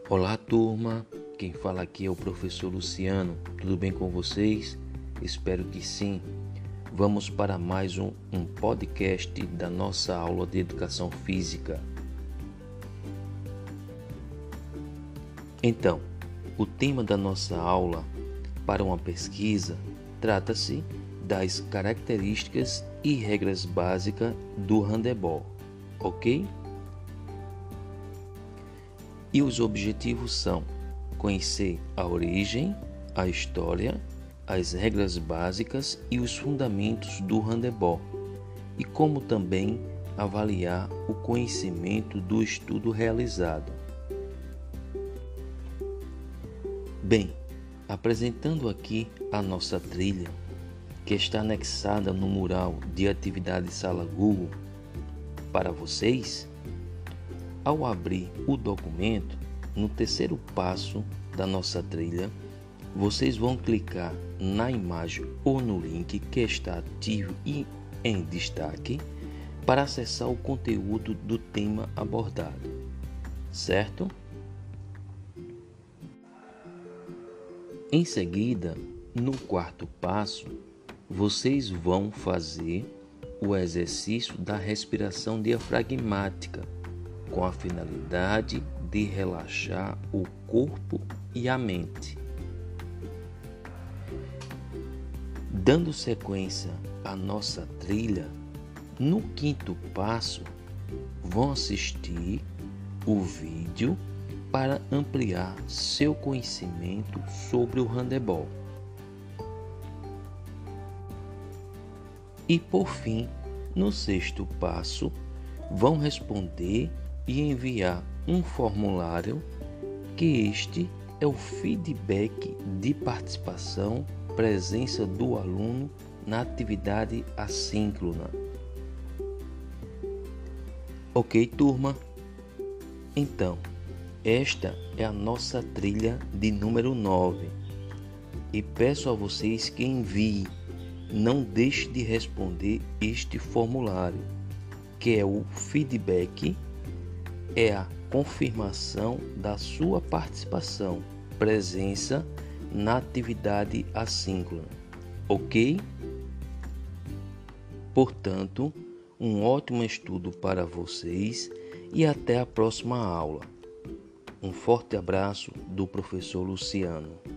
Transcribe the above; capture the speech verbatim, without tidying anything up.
Olá, turma. Quem fala aqui é o professor Luciano. Tudo bem com vocês? Espero que sim. Vamos para mais um, um podcast da nossa aula de Educação Física. Então, o tema da nossa aula para uma pesquisa trata-se das características e regras básicas do handebol, ok? E os objetivos são conhecer a origem, a história, as regras básicas e os fundamentos do handebol, e como também avaliar o conhecimento do estudo realizado. Bem, apresentando aqui a nossa trilha, que está anexada no mural de atividade Sala Google para vocês, ao abrir o documento, no terceiro passo da nossa trilha, vocês vão clicar na imagem ou no link que está ativo e em destaque para acessar o conteúdo do tema abordado, certo? Em seguida, no quarto passo, vocês vão fazer o exercício da respiração diafragmática, com a finalidade de relaxar o corpo e a mente. Dando sequência à nossa trilha, no quinto passo, vão assistir o vídeo para ampliar seu conhecimento sobre o handebol. E por fim, no sexto passo, vão responder e enviar um formulário, que este é o feedback de participação, presença do aluno na atividade assíncrona. Ok, turma? Então, esta é a nossa trilha de número nove e peço a vocês que enviem. Não deixe de responder este formulário, que é o feedback, é a confirmação da sua participação, presença na atividade assíncrona, ok? Portanto, um ótimo estudo para vocês e até a próxima aula. Um forte abraço do professor Luciano.